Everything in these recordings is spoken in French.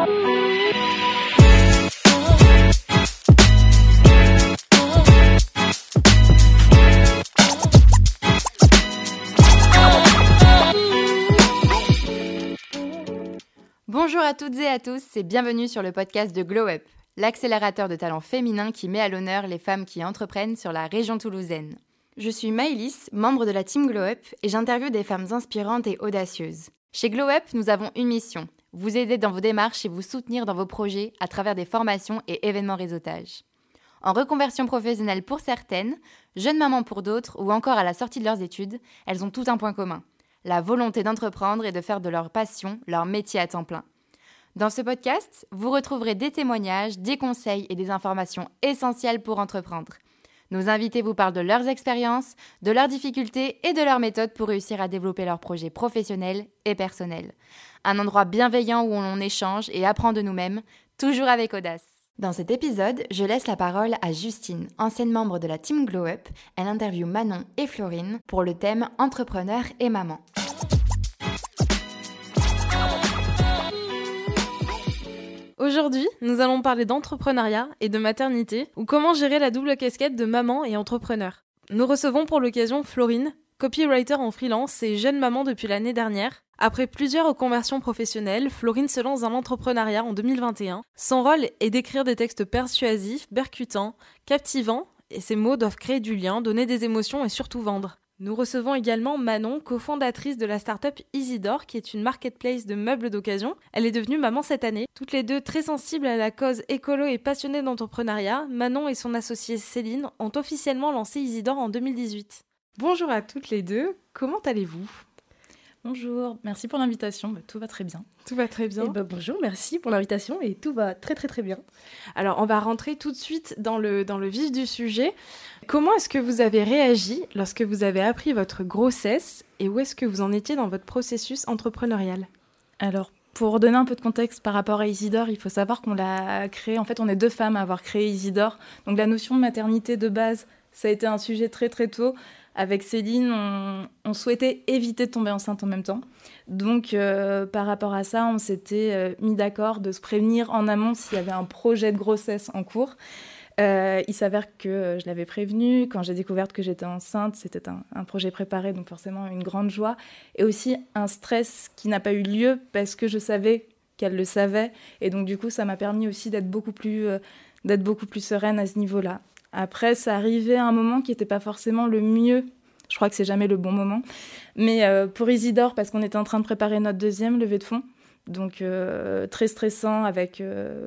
Bonjour à toutes et à tous et bienvenue sur le podcast de Glow Up, l'accélérateur de talents féminins qui met à l'honneur les femmes qui entreprennent sur la région toulousaine. Je suis Maëlys, membre de la team Glow Up et j'interviewe des femmes inspirantes et audacieuses. Chez Glow Up, nous avons une mission, vous aider dans vos démarches et vous soutenir dans vos projets à travers des formations et événements réseautage. En reconversion professionnelle pour certaines, jeunes mamans pour d'autres ou encore à la sortie de leurs études, elles ont tout un point commun. La volonté d'entreprendre et de faire de leur passion leur métier à temps plein. Dans ce podcast, vous retrouverez des témoignages, des conseils et des informations essentielles pour entreprendre. Nos invités vous parlent de leurs expériences, de leurs difficultés et de leurs méthodes pour réussir à développer leurs projets professionnels et personnels. Un endroit bienveillant où on échange et apprend de nous-mêmes, toujours avec audace. Dans cet épisode, je laisse la parole à Justine, ancienne membre de la team Glow Up. Elle interviewe Manon et Florine pour le thème « Entrepreneur et maman ». Aujourd'hui, nous allons parler d'entrepreneuriat et de maternité, ou comment gérer la double casquette de maman et entrepreneur. Nous recevons pour l'occasion Florine, copywriter en freelance et jeune maman depuis l'année dernière. Après plusieurs reconversions professionnelles, Florine se lance dans l'entrepreneuriat en 2021. Son rôle est d'écrire des textes persuasifs, percutants, captivants, et ses mots doivent créer du lien, donner des émotions et surtout vendre. Nous recevons également Manon, cofondatrice de la start-up Isidore, qui est une marketplace de meubles d'occasion. Elle est devenue maman cette année. Toutes les deux très sensibles à la cause écolo et passionnées d'entrepreneuriat, Manon et son associée Céline ont officiellement lancé Isidore en 2018. Bonjour à toutes les deux, comment allez-vous ? Bonjour, merci pour l'invitation, tout va très bien. Tout va très bien. Bonjour, merci pour l'invitation et tout va très très très bien. Alors on va rentrer tout de suite dans le vif du sujet. Comment est-ce que vous avez réagi lorsque vous avez appris votre grossesse et où est-ce que vous en étiez dans votre processus entrepreneurial ? Alors pour donner un peu de contexte par rapport à Isidore, il faut savoir qu'on l'a créé, en fait on est 2 femmes à avoir créé Isidore. Donc la notion de maternité de base, ça a été un sujet très très tôt. Avec Céline, on souhaitait éviter de tomber enceinte en même temps. Donc, par rapport à ça, on s'était mis d'accord de se prévenir en amont s'il y avait un projet de grossesse en cours. Il s'avère que je l'avais prévenue. Quand j'ai découvert que j'étais enceinte, c'était un projet préparé, donc forcément une grande joie. Et aussi un stress qui n'a pas eu lieu parce que je savais qu'elle le savait. Et donc, du coup, ça m'a permis aussi d'être beaucoup plus sereine à ce niveau-là. Après, ça arrivait à un moment qui n'était pas forcément le mieux. Je crois que c'est jamais le bon moment. Mais pour Isidore, parce qu'on était en train de préparer notre deuxième levée de fonds. Donc, très stressant, avec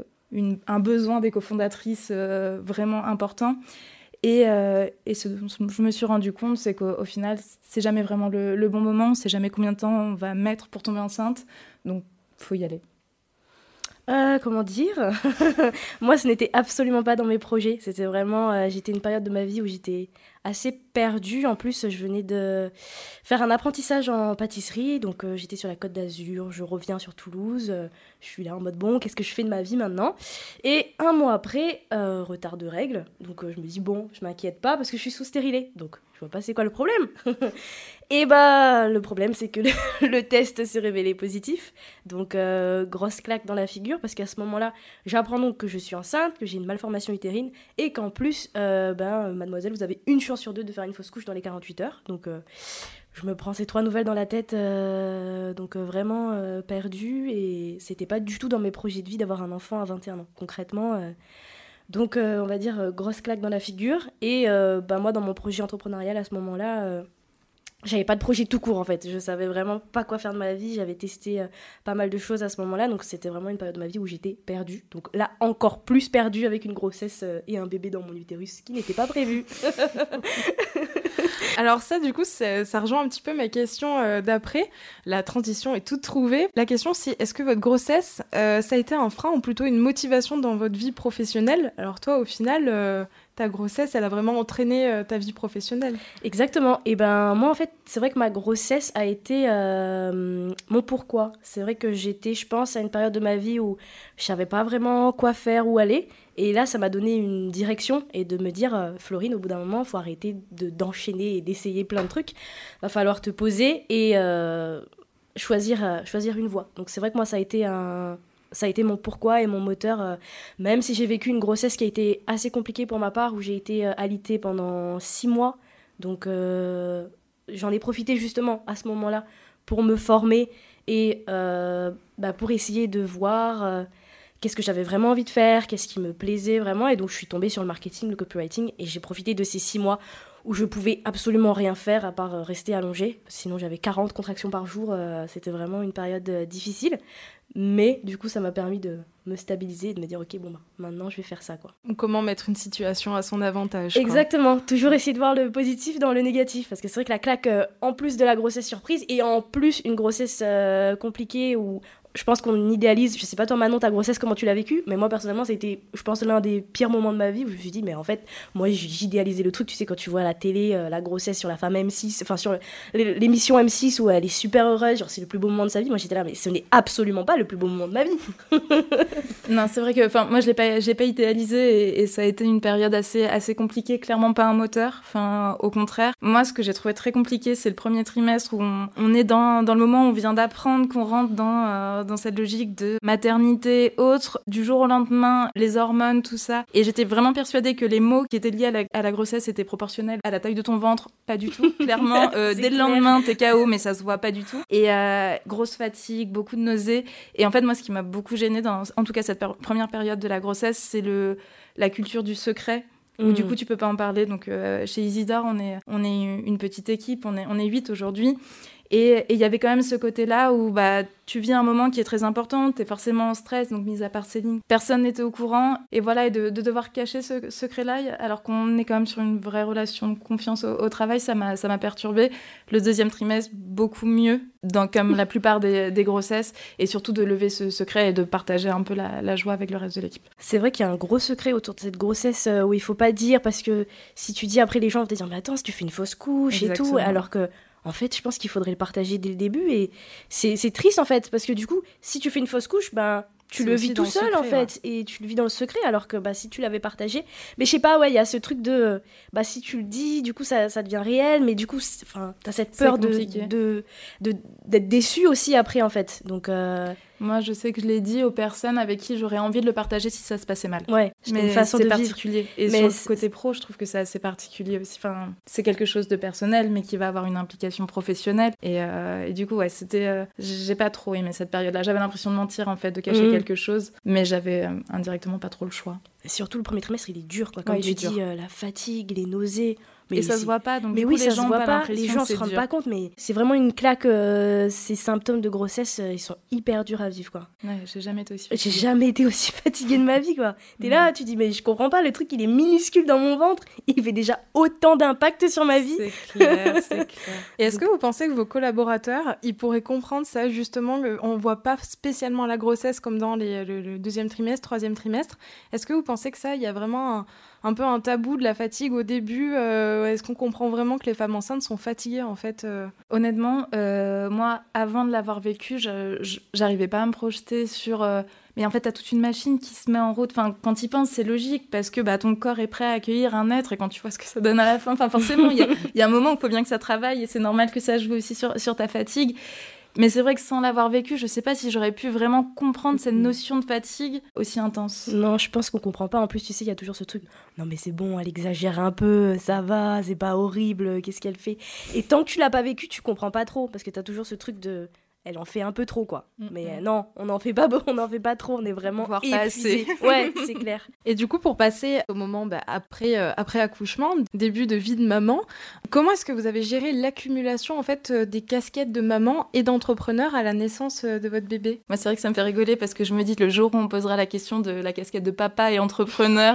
un besoin des cofondatrices vraiment important. Et ce dont je me suis rendu compte, c'est qu'au final, c'est jamais vraiment le bon moment. On ne sait jamais combien de temps on va mettre pour tomber enceinte. Donc, il faut y aller. Comment dire Moi, ce n'était absolument pas dans mes projets. C'était vraiment... j'étais une période de ma vie où j'étais assez perdue. En plus, je venais de faire un apprentissage en pâtisserie. Donc, j'étais sur la Côte d'Azur. Je reviens sur Toulouse. Je suis là en mode, bon, qu'est-ce que je fais de ma vie maintenant ? Et 1 mois après, retard de règles. Donc, je me dis, bon, je m'inquiète pas parce que je suis sous stérilée. Donc, je vois pas c'est quoi le problème. Et le problème, c'est que le test s'est révélé positif. Donc, grosse claque dans la figure parce qu'à ce moment-là, j'apprends donc que je suis enceinte, que j'ai une malformation utérine et qu'en plus, mademoiselle, vous avez une chance sur 2 de faire une fausse couche dans les 48 heures. Donc, je me prends ces 3 nouvelles dans la tête, vraiment perdue. Et c'était pas du tout dans mes projets de vie d'avoir un enfant à 21 ans, concrètement. Donc, on va dire, grosse claque dans la figure. Et moi, dans mon projet entrepreneurial à ce moment-là... j'avais pas de projet tout court en fait, je savais vraiment pas quoi faire de ma vie, j'avais testé pas mal de choses à ce moment-là, donc c'était vraiment une période de ma vie où j'étais perdue, donc là encore plus perdue avec une grossesse et un bébé dans mon utérus qui n'était pas prévu. Alors ça du coup ça rejoint un petit peu ma question d'après, la transition est toute trouvée. La question c'est est-ce que votre grossesse ça a été un frein ou plutôt une motivation dans votre vie professionnelle ? Alors toi au final... ta grossesse, elle a vraiment entraîné ta vie professionnelle. Exactement. Et moi, en fait, c'est vrai que ma grossesse a été mon pourquoi. C'est vrai que j'étais, je pense, à une période de ma vie où je savais pas vraiment quoi faire, où aller. Et là, ça m'a donné une direction et de me dire, Florine, au bout d'un moment, il faut arrêter d'enchaîner et d'essayer plein de trucs. Il va falloir te poser et choisir une voie. Donc, c'est vrai que moi, ça a été un ça a été mon pourquoi et mon moteur, même si j'ai vécu une grossesse qui a été assez compliquée pour ma part, où j'ai été alitée pendant 6 mois. Donc j'en ai profité justement à ce moment-là pour me former et pour essayer de voir qu'est-ce que j'avais vraiment envie de faire, qu'est-ce qui me plaisait vraiment. Et donc je suis tombée sur le marketing, le copywriting, et j'ai profité de ces 6 mois où je pouvais absolument rien faire à part rester allongée. Sinon j'avais 40 contractions par jour, c'était vraiment une période difficile. Mais du coup ça m'a permis de me stabiliser et de me dire ok bon bah maintenant je vais faire ça quoi. Comment mettre une situation à son avantage quoi. Exactement, toujours essayer de voir le positif dans le négatif, parce que c'est vrai que la claque en plus de la grossesse surprise et en plus une grossesse compliquée où je pense qu'on idéalise, je sais pas toi Manon ta grossesse comment tu l'as vécue, mais moi personnellement ça a été je pense l'un des pires moments de ma vie où je me suis dit mais en fait moi j'idéalisais le truc, tu sais quand tu vois à la télé la grossesse sur la femme M6, enfin sur l'émission M6 où elle est super heureuse, genre c'est le plus beau moment de sa vie, moi j'étais là mais ce n'est absolument pas le plus beau moment de ma vie. Non, c'est vrai que moi je l'ai pas idéalisé et ça a été une période assez compliquée, clairement pas un moteur, au contraire. Moi ce que j'ai trouvé très compliqué c'est le premier trimestre où on est dans le moment où on vient d'apprendre qu'on rentre dans cette logique de maternité autre, du jour au lendemain, les hormones, tout ça. Et j'étais vraiment persuadée que les maux qui étaient liés à la grossesse étaient proportionnels à la taille de ton ventre. Pas du tout, clairement. Dès le lendemain, t'es KO, mais ça se voit pas du tout. Et grosse fatigue, beaucoup de nausées. Et en fait, moi, ce qui m'a beaucoup gênée, en tout cas cette première période de la grossesse, c'est la culture du secret. Où du coup, tu peux pas en parler. Donc, chez Isidore, on est une petite équipe, on est 8 aujourd'hui. Et il y avait quand même ce côté-là où tu vis un moment qui est très important, t'es forcément en stress, donc mis à part Céline, personne n'était au courant. Et voilà, et de devoir cacher ce secret-là, alors qu'on est quand même sur une vraie relation de confiance au travail, ça m'a perturbée. Le deuxième trimestre, beaucoup mieux, comme la plupart des grossesses, et surtout de lever ce secret et de partager un peu la joie avec le reste de l'équipe. C'est vrai qu'il y a un gros secret autour de cette grossesse où il faut pas dire, parce que si tu dis après, les gens vont te dire mais attends, si tu fais une fausse couche. Exactement. Et tout, alors que en fait, je pense qu'il faudrait le partager dès le début et c'est triste en fait parce que du coup, si tu fais une fausse couche, tu le vis tout seul secret, en fait et tu le vis dans le secret alors que si tu l'avais partagé, mais je sais pas, ouais, il y a ce truc de si tu le dis, du coup ça devient réel, mais du coup t'as cette peur d'être déçu aussi après en fait. Donc moi, je sais que je l'ai dit aux personnes avec qui j'aurais envie de le partager si ça se passait mal. Ouais, mais une façon de particulier. Vivre. Et mais sur le côté pro, je trouve que c'est assez particulier aussi. C'est quelque chose de personnel, mais qui va avoir une implication professionnelle. Et du coup, ouais, j'ai pas trop aimé cette période-là. J'avais l'impression de mentir, en fait, de cacher quelque chose, mais j'avais indirectement pas trop le choix. Et surtout, le premier trimestre, il est dur, quoi. Comme tu dis, la fatigue, les nausées. Mais ça se voit pas, donc mais du coup, oui, les ça gens se voit pas, les gens se rendent pas compte, mais c'est vraiment une claque. Ces symptômes de grossesse, ils sont hyper durs à vivre, quoi. Ouais, j'ai jamais été aussi fatiguée. J'ai jamais été aussi fatiguée de ma vie, quoi. T'es là, tu dis, mais je comprends pas, le truc, il est minuscule dans mon ventre, il fait déjà autant d'impact sur ma vie. C'est clair. Et est-ce que vous pensez que vos collaborateurs, ils pourraient comprendre ça, justement, on voit pas spécialement la grossesse comme dans le deuxième trimestre, troisième trimestre. Est-ce que vous pensez que ça, il y a vraiment un peu un tabou de la fatigue au début, est-ce qu'on comprend vraiment que les femmes enceintes sont fatiguées en fait Honnêtement, moi, avant de l'avoir vécu, j'arrivais pas à me projeter sur... Mais en fait, t'as toute une machine qui se met en route. Quand t'y penses, c'est logique parce que ton corps est prêt à accueillir un être et quand tu vois ce que ça donne à la fin, forcément, il y a un moment où il faut bien que ça travaille et c'est normal que ça joue aussi sur ta fatigue. Mais c'est vrai que sans l'avoir vécu, je sais pas si j'aurais pu vraiment comprendre cette notion de fatigue aussi intense. Non, je pense qu'on comprend pas. En plus, tu sais, il y a toujours ce truc. Non, mais c'est bon, elle exagère un peu, ça va, c'est pas horrible, qu'est-ce qu'elle fait ? Et tant que tu l'as pas vécu, tu comprends pas trop. Parce que t'as toujours ce truc de... Elle en fait un peu trop, quoi. Mais non, on n'en fait pas trop, on est vraiment épuisés. Ouais, c'est clair. Et du coup, pour passer au moment après accouchement, début de vie de maman, comment est-ce que vous avez géré l'accumulation en fait des casquettes de maman et d'entrepreneur à la naissance de votre bébé ? Moi, c'est vrai que ça me fait rigoler parce que je me dis que le jour où on posera la question de la casquette de papa et entrepreneur,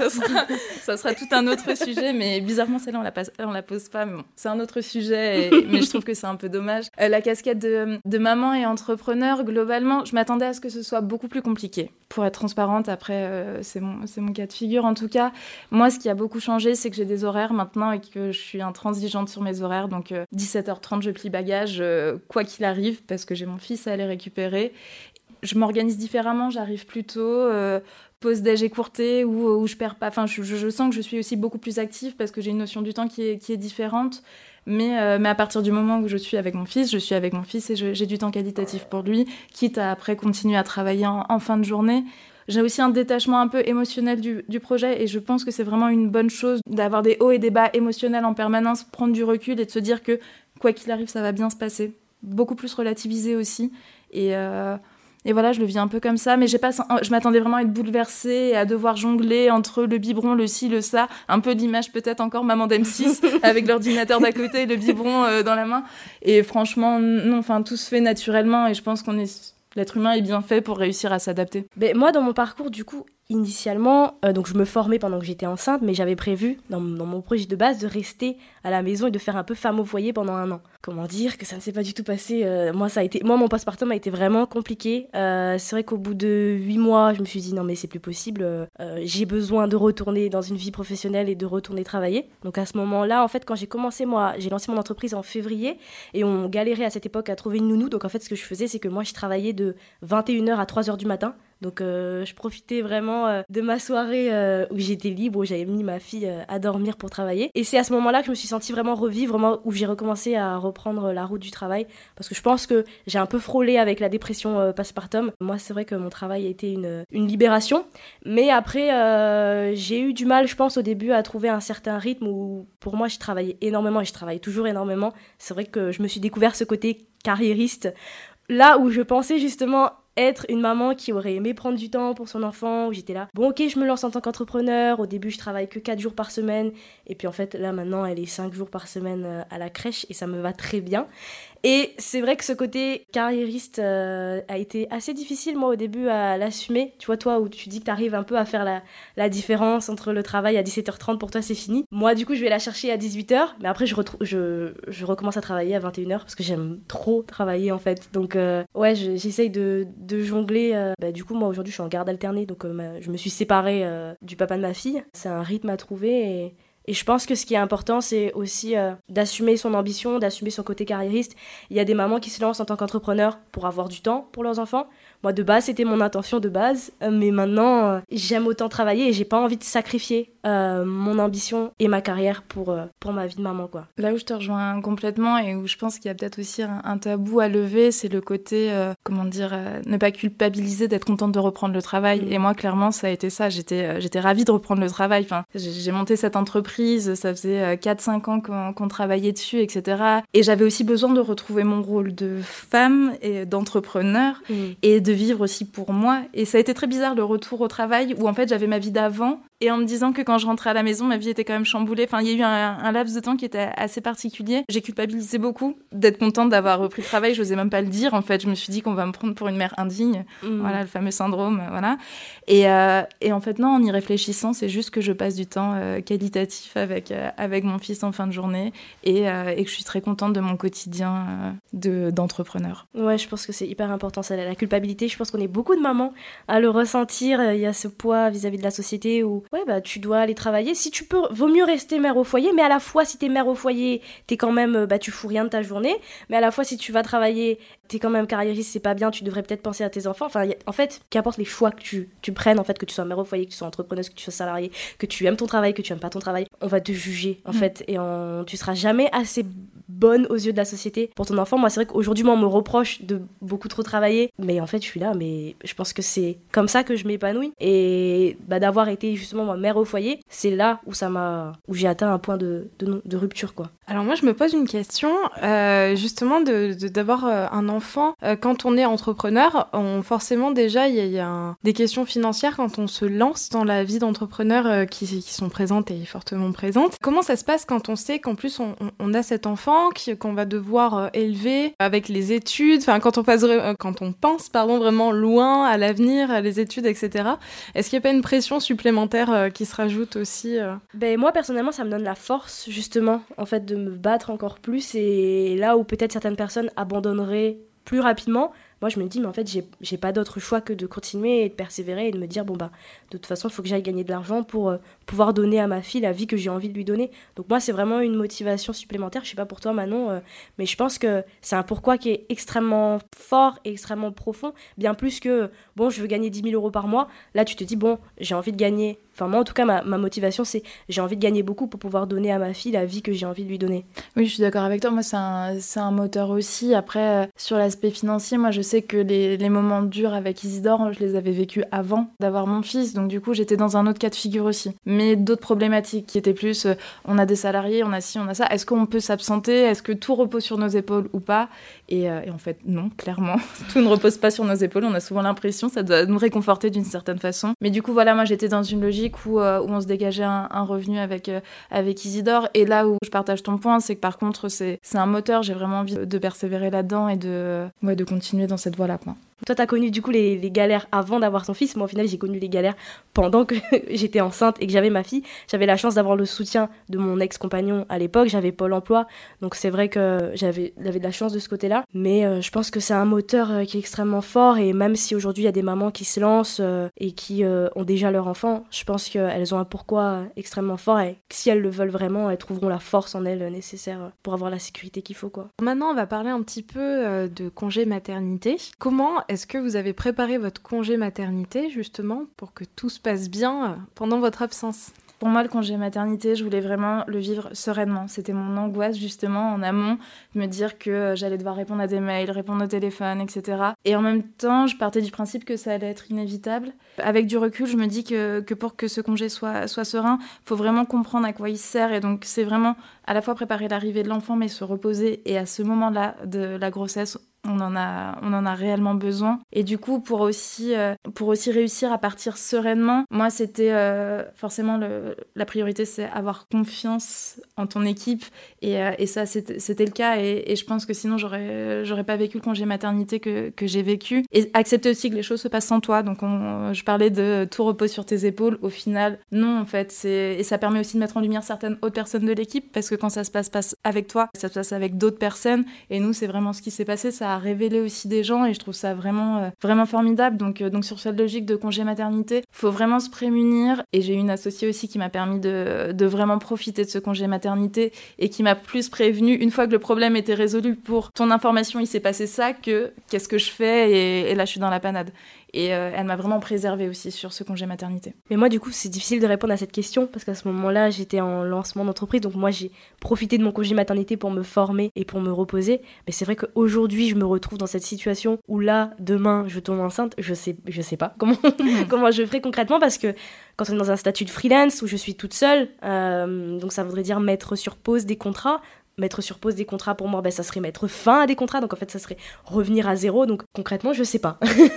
ça sera tout un autre sujet. Mais bizarrement, celle-là, on la pose pas. Mais bon, c'est un autre sujet. Mais je trouve que c'est un peu dommage. La casquette de maman et entrepreneur, globalement, je m'attendais à ce que ce soit beaucoup plus compliqué. Pour être transparente, après, c'est mon cas de figure. En tout cas, moi, ce qui a beaucoup changé, c'est que j'ai des horaires maintenant et que je suis intransigeante sur mes horaires. Donc, 17h30, je plie bagage, quoi qu'il arrive, parce que j'ai mon fils à aller récupérer. Je m'organise différemment, j'arrive plus tôt, pause déj écourtée où je perds pas. Je sens que je suis aussi beaucoup plus active parce que j'ai une notion du temps qui est différente. Mais à partir du moment où je suis avec mon fils et j'ai du temps qualitatif pour lui, quitte à après continuer à travailler en fin de journée. J'ai aussi un détachement un peu émotionnel du projet et je pense que c'est vraiment une bonne chose d'avoir des hauts et des bas émotionnels en permanence, prendre du recul et de se dire que quoi qu'il arrive, ça va bien se passer. Beaucoup plus relativiser aussi. Et voilà, je le vis un peu comme ça, mais je m'attendais vraiment à être bouleversée et à devoir jongler entre le biberon, le ci, le ça, un peu d'image peut-être encore maman d'M6 avec l'ordinateur d'à côté et le biberon dans la main. Et franchement, non, enfin tout se fait naturellement et je pense l'être humain est bien fait pour réussir à s'adapter. Mais moi, dans mon parcours, du coup, initialement, donc je me formais pendant que j'étais enceinte, mais j'avais prévu, dans mon projet de base, de rester à la maison et de faire un peu femme au foyer pendant 1 an. Comment dire que ça ne s'est pas du tout passé. Moi, mon postpartum a été vraiment compliqué. C'est vrai qu'au bout de 8 mois, je me suis dit non mais c'est plus possible. J'ai besoin de retourner dans une vie professionnelle et de retourner travailler. Donc à ce moment-là, en fait, quand j'ai lancé mon entreprise en février et on galérait à cette époque à trouver une nounou. Donc en fait, ce que je faisais, c'est que moi, je travaillais de 21h à 3h du matin. Donc je profitais vraiment de ma soirée où j'étais libre, où j'avais mis ma fille à dormir pour travailler. Et c'est à ce moment-là que je me suis sentie vraiment revivre, vraiment, où j'ai recommencé à reprendre la route du travail. Parce que je pense que j'ai un peu frôlé avec la dépression postpartum. Moi, c'est vrai que mon travail a été une libération. Mais après, j'ai eu du mal, je pense, au début à trouver un certain rythme où, pour moi, je travaillais énormément et je travaille toujours énormément. C'est vrai que je me suis découvert ce côté carriériste. Là où je pensais justement être une maman qui aurait aimé prendre du temps pour son enfant, où j'étais là, bon ok, je me lance en tant qu'entrepreneur, au début je travaille que 4 jours par semaine, et puis en fait là maintenant elle est 5 jours par semaine à la crèche, et ça me va très bien. Et c'est vrai que ce côté carriériste a été assez difficile, moi, au début, à l'assumer. Tu vois, toi, où tu dis que tu arrives un peu à faire la différence entre le travail à 17h30, pour toi, c'est fini. Moi, du coup, je vais la chercher à 18h, mais après, je recommence à travailler à 21h parce que j'aime trop travailler, en fait. Donc, ouais, j'essaye de jongler. Du coup, moi, aujourd'hui, je suis en garde alternée, donc je me suis séparée du papa de ma fille. C'est un rythme à trouver et je pense que ce qui est important, c'est aussi d'assumer son ambition, d'assumer son côté carriériste. Il y a des mamans qui se lancent en tant qu'entrepreneurs pour avoir du temps pour leurs enfants. Moi, de base, c'était mon intention de base. Mais maintenant, j'aime autant travailler et j'ai pas envie de sacrifier mon ambition et ma carrière pour ma vie de maman, quoi. Là où je te rejoins complètement et où je pense qu'il y a peut-être aussi un tabou à lever, c'est le côté, ne pas culpabiliser d'être contente de reprendre le travail. Et moi, clairement, ça a été ça. J'étais ravie de reprendre le travail. Enfin, j'ai monté cette entreprise, ça faisait 4-5 ans qu'on travaillait dessus, etc. Et j'avais aussi besoin de retrouver mon rôle de femme et d'entrepreneur et de vivre aussi pour moi. Et ça a été très bizarre, le retour au travail, où en fait, j'avais ma vie d'avant et en me disant que quand je rentrais à la maison, ma vie était quand même chamboulée. Enfin, il y a eu un laps de temps qui était assez particulier. J'ai culpabilisé beaucoup d'être contente d'avoir repris le travail. Je n'osais même pas le dire, en fait. Je me suis dit qu'on va me prendre pour une mère indigne. Voilà, le fameux syndrome, voilà. Et en fait, non, en y réfléchissant, c'est juste que je passe du temps qualitatif avec mon fils en fin de journée et que je suis très contente de mon quotidien d'entrepreneur. Ouais, je pense que c'est hyper important, ça, la culpabilité. Je pense qu'on est beaucoup de mamans à le ressentir. Il y a ce poids vis-à-vis de la société où tu dois aller travailler. Si tu peux, vaut mieux rester mère au foyer, mais à la fois, si t'es mère au foyer, t'es quand même, tu fous rien de ta journée, mais à la fois, si tu vas travailler, t'es quand même carriériste, c'est pas bien, tu devrais peut-être penser à tes enfants. Enfin, en fait, qu'importe les choix que tu prennes, en fait, que tu sois mère au foyer, que tu sois entrepreneuse, que tu sois salariée, que tu aimes ton travail, que tu aimes pas ton travail, on va te juger, en fait, et tu seras jamais assez bonne aux yeux de la société pour ton enfant. Moi, c'est vrai qu'aujourd'hui, moi, on me reproche de beaucoup trop travailler, mais en fait, je suis là, mais je pense que c'est comme ça que je m'épanouis, et d'avoir été justement moi mère au foyer, c'est là où j'ai atteint un point de rupture, quoi. Alors moi, je me pose une question, justement, d'avoir un enfant. Quand on est entrepreneur, forcément déjà, il y a des questions financières quand on se lance dans la vie d'entrepreneur qui sont présentes et fortement présentes. Comment ça se passe quand on sait qu'en plus on a cet enfant qu'on va devoir élever avec les études, enfin quand on pense vraiment loin à l'avenir, à les études, etc. Est-ce qu'il n'y a pas une pression supplémentaire qui se rajoute aussi Moi, personnellement, ça me donne la force, justement, en fait, de me battre encore plus. Et là où peut-être certaines personnes abandonneraient plus rapidement, moi je me dis mais en fait j'ai pas d'autre choix que de continuer et de persévérer et de me dire bon bah de toute façon il faut que j'aille gagner de l'argent pour pouvoir donner à ma fille la vie que j'ai envie de lui donner. Donc moi c'est vraiment une motivation supplémentaire, je sais pas pour toi Manon, mais je pense que c'est un pourquoi qui est extrêmement fort et extrêmement profond, bien plus que bon je veux gagner 10 000 euros par mois. Là tu te dis bon j'ai envie de gagner, enfin moi en tout cas ma motivation c'est j'ai envie de gagner beaucoup pour pouvoir donner à ma fille la vie que j'ai envie de lui donner. Oui, je suis d'accord avec toi. Moi, c'est un moteur aussi. Après, sur l'aspect financier, moi, je sais que les moments durs avec Isidore, je les avais vécus avant d'avoir mon fils. Donc, du coup, j'étais dans un autre cas de figure aussi. Mais d'autres problématiques qui étaient plus, on a des salariés, on a ci, on a ça. Est-ce qu'on peut s'absenter ? Est-ce que tout repose sur nos épaules ou pas ? Et en fait, non, clairement. Tout ne repose pas sur nos épaules. On a souvent l'impression, ça doit nous réconforter d'une certaine façon. Mais du coup, voilà, moi, j'étais dans une logique où on se dégageait un revenu avec Isidore. Et là où je partage ton point, c'est que par contre, c'est un moteur. J'ai vraiment envie de persévérer là-dedans et de continuer dans cette voie-là, quoi. Toi, t'as connu du coup les galères avant d'avoir son fils. Moi, au final, j'ai connu les galères pendant que j'étais enceinte et que j'avais ma fille. J'avais la chance d'avoir le soutien de mon ex-compagnon à l'époque. J'avais Pôle emploi. Donc, c'est vrai que j'avais de la chance de ce côté-là. Mais je pense que c'est un moteur qui est extrêmement fort. Et même si aujourd'hui, il y a des mamans qui se lancent et qui ont déjà leur enfant, je pense qu'elles ont un pourquoi extrêmement fort. Et que si elles le veulent vraiment, elles trouveront la force en elles nécessaire pour avoir la sécurité qu'il faut, quoi. Maintenant, on va parler un petit peu de congé maternité. Comment est-ce que vous avez préparé votre congé maternité, justement, pour que tout se passe bien pendant votre absence ? Pour moi, le congé maternité, je voulais vraiment le vivre sereinement. C'était mon angoisse, justement, en amont, de me dire que j'allais devoir répondre à des mails, répondre au téléphone, etc. Et en même temps, je partais du principe que ça allait être inévitable. Avec du recul, je me dis que pour que ce congé soit serein, il faut vraiment comprendre à quoi il sert. Et donc, c'est vraiment à la fois préparer l'arrivée de l'enfant, mais se reposer. Et à ce moment-là de la grossesse, on en a réellement besoin. Et du coup, pour aussi réussir à partir sereinement, moi, c'était forcément la priorité, c'est avoir confiance en ton équipe. Et ça, c'était le cas. Et je pense que sinon, j'aurais pas vécu le congé maternité que j'ai vécu. Et accepter aussi que les choses se passent sans toi. Donc, je parlais de tout repose sur tes épaules. Au final, non, en fait. Et ça permet aussi de mettre en lumière certaines autres personnes de l'équipe. Parce que quand ça se passe avec toi, ça se passe avec d'autres personnes. Et nous, c'est vraiment ce qui s'est passé. Ça a révélé aussi des gens et je trouve ça vraiment formidable. Donc sur cette logique de congé maternité, faut vraiment se prémunir. Et j'ai une associée aussi qui m'a permis de vraiment profiter de ce congé maternité et qui m'a plus prévenue une fois que le problème était résolu. Pour ton information, il s'est passé ça, qu'est-ce que je fais, et là je suis dans la panade. Et elle m'a vraiment préservée aussi sur ce congé maternité. Mais moi, du coup, c'est difficile de répondre à cette question parce qu'à ce moment-là, j'étais en lancement d'entreprise. Donc moi, j'ai profité de mon congé maternité pour me former et pour me reposer. Mais c'est vrai qu'aujourd'hui, je me retrouve dans cette situation où là, demain, je tombe enceinte. Je sais pas comment je ferai concrètement parce que quand on est dans un statut de freelance où je suis toute seule, donc ça voudrait dire mettre sur pause des contrats. Mettre sur pause des contrats, pour moi, ça serait mettre fin à des contrats. Donc, en fait, ça serait revenir à zéro. Donc, concrètement, je sais pas.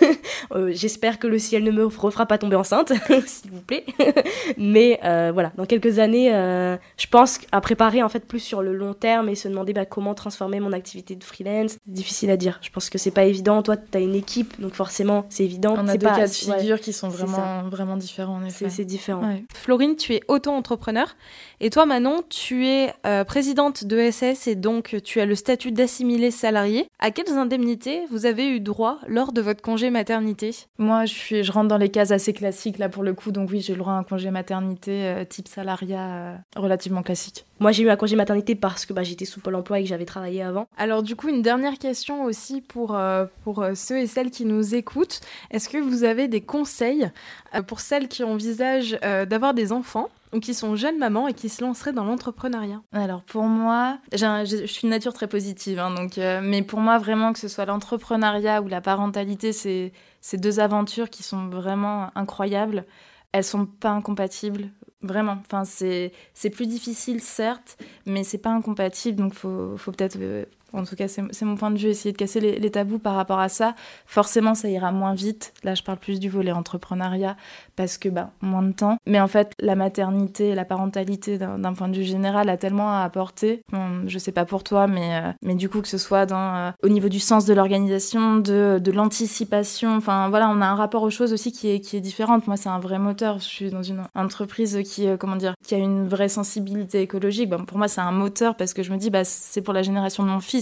J'espère que le ciel ne me refera pas tomber enceinte, s'il vous plaît. Mais voilà, dans quelques années, je pense à préparer, en fait, plus sur le long terme et se demander comment transformer mon activité de freelance. Difficile à dire. Je pense que c'est pas évident. Toi, t'as une équipe, donc forcément, c'est évident. On a deux cas de figure qui sont vraiment différents, en effet. C'est différent. Ouais. Florine, tu es auto-entrepreneur. Et toi, Manon, tu es présidente de SS et donc tu as le statut d'assimilé salarié. À quelles indemnités vous avez eu droit lors de votre congé maternité ? Moi, je rentre dans les cases assez classiques là pour le coup. Donc oui, j'ai le droit à un congé maternité type salariat relativement classique. Moi, j'ai eu un congé maternité parce que j'étais sous Pôle emploi et que j'avais travaillé avant. Alors du coup, une dernière question aussi pour ceux et celles qui nous écoutent. Est-ce que vous avez des conseils pour celles qui envisagent d'avoir des enfants ou qui sont jeunes mamans et qui se lanceraient dans l'entrepreneuriat ? Alors pour moi, je suis une nature très positive, mais pour moi vraiment que ce soit l'entrepreneuriat ou la parentalité, c'est deux aventures qui sont vraiment incroyables. Elles sont pas incompatibles, vraiment. Enfin, c'est plus difficile certes, mais c'est pas incompatible, donc faut peut-être... En tout cas, c'est mon point de vue, essayer de casser les tabous par rapport à ça. Forcément, ça ira moins vite. Là, je parle plus du volet entrepreneuriat parce que moins de temps. Mais en fait, la maternité, la parentalité, d'un point de vue général, a tellement à apporter. Bon, je sais pas pour toi, mais du coup, que ce soit au niveau du sens de l'organisation, de l'anticipation. Enfin, voilà, on a un rapport aux choses aussi qui est différente. Moi, c'est un vrai moteur. Je suis dans une entreprise qui a une vraie sensibilité écologique. Pour moi, c'est un moteur parce que je me dis, c'est pour la génération de mon fils.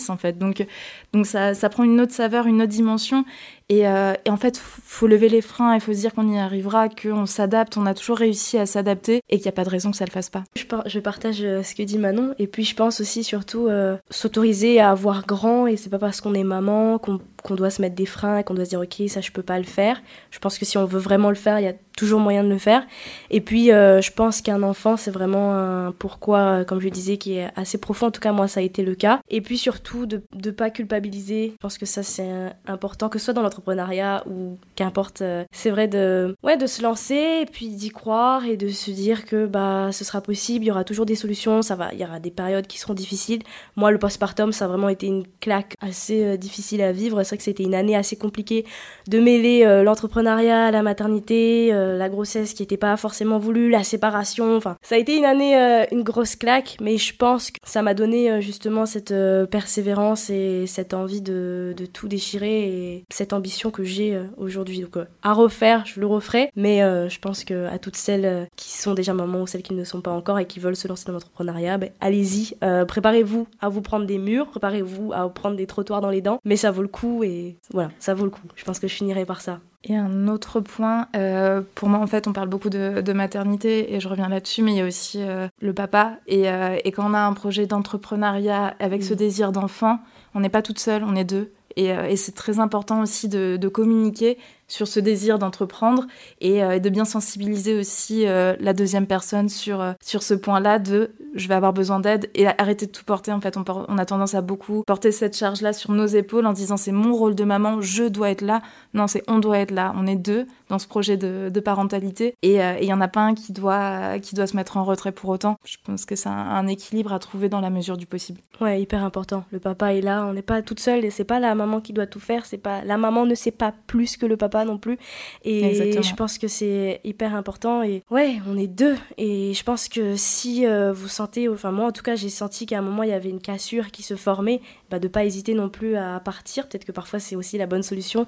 fils en fait. Donc ça prend une autre saveur, une autre dimension. Et en fait, faut lever les freins, il faut se dire qu'on y arrivera, qu'on s'adapte, on a toujours réussi à s'adapter et qu'il n'y a pas de raison que ça ne le fasse pas. Je partage ce que dit Manon, et puis je pense aussi surtout s'autoriser à avoir grand, et c'est pas parce qu'on est maman qu'on doit se mettre des freins et qu'on doit se dire ok, ça je peux pas le faire. Je pense que si on veut vraiment le faire, il y a toujours moyen de le faire. Et puis je pense qu'un enfant, c'est vraiment un pourquoi, comme je disais, qui est assez profond. En tout cas, moi, ça a été le cas. Et puis surtout, de pas culpabiliser. Je pense que ça, c'est important, que ce soit dans l'entrepreneuriat ou qu'importe. C'est vrai de se lancer et puis d'y croire et de se dire que ce sera possible, il y aura toujours des solutions, il y aura des périodes qui seront difficiles. Moi, le postpartum, ça a vraiment été une claque assez difficile à vivre. C'est vrai que c'était une année assez compliquée de mêler l'entrepreneuriat, la maternité, la grossesse qui n'était pas forcément voulue, la séparation. Enfin, ça a été une année, une grosse claque, mais je pense que ça m'a donné justement cette persévérance et cette envie de tout déchirer et cette ambition que j'ai aujourd'hui. Donc à refaire, je le referai, mais je pense qu'à toutes celles qui sont déjà mamans ou celles qui ne le sont pas encore et qui veulent se lancer dans l'entrepreneuriat, allez-y, préparez-vous à vous prendre des murs, préparez-vous à vous prendre des trottoirs dans les dents, mais ça vaut le coup et voilà, ça vaut le coup. Je pense que je finirai par ça. Et un autre point, pour moi en fait on parle beaucoup de maternité et je reviens là-dessus, mais il y a aussi le papa et quand on a un projet d'entrepreneuriat avec ce désir d'enfant, on n'est pas toute seule, on est deux et c'est très important aussi de communiquer sur ce désir d'entreprendre et de bien sensibiliser aussi la deuxième personne sur ce point-là de je vais avoir besoin d'aide et arrêter de tout porter. En fait, on a tendance à beaucoup porter cette charge-là sur nos épaules en disant c'est mon rôle de maman, je dois être là. Non, c'est on doit être là. On est deux dans ce projet de parentalité et il y en a pas un qui doit se mettre en retrait pour autant. Je pense que c'est un équilibre à trouver dans la mesure du possible. Ouais, hyper important. Le papa est là, on n'est pas toute seule et c'est pas la maman qui doit tout faire. C'est pas la maman ne sait pas plus que le papa non plus. Et exactement. Je pense que c'est hyper important. Et ouais, on est deux. Et je pense que si vous sentez, enfin moi en tout cas, j'ai senti qu'à un moment il y avait une cassure qui se formait, de pas hésiter non plus à partir. Peut-être que parfois c'est aussi la bonne solution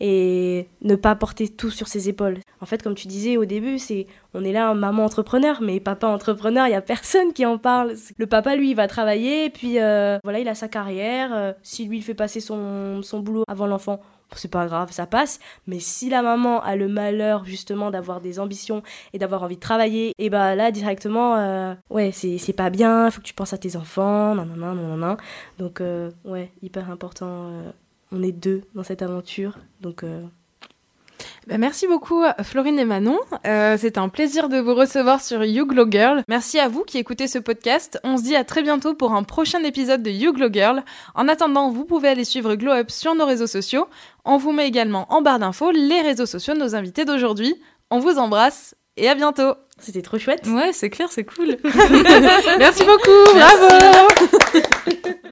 et ne pas porter tout sur ses épaules. En fait, comme tu disais au début, on est là un maman entrepreneur, mais papa entrepreneur, il y a personne qui en parle. Le papa, lui, il va travailler, puis voilà, il a sa carrière. Si lui, il fait passer son boulot avant l'enfant, c'est pas grave, ça passe. Mais si la maman a le malheur justement d'avoir des ambitions et d'avoir envie de travailler, et là directement, c'est pas bien. Faut que tu penses à tes enfants, nanana. Donc hyper important. On est deux dans cette aventure, donc. Merci beaucoup Florine et Manon, c'était un plaisir de vous recevoir sur You Glow Girl. Merci à vous qui écoutez ce podcast, on se dit à très bientôt pour un prochain épisode de You Glow Girl. En attendant, vous pouvez aller suivre Glow Up sur nos réseaux sociaux, on vous met également en barre d'infos les réseaux sociaux de nos invités d'aujourd'hui. On vous embrasse et à bientôt. C'était trop chouette. Ouais, c'est clair, c'est cool. Merci beaucoup, bravo.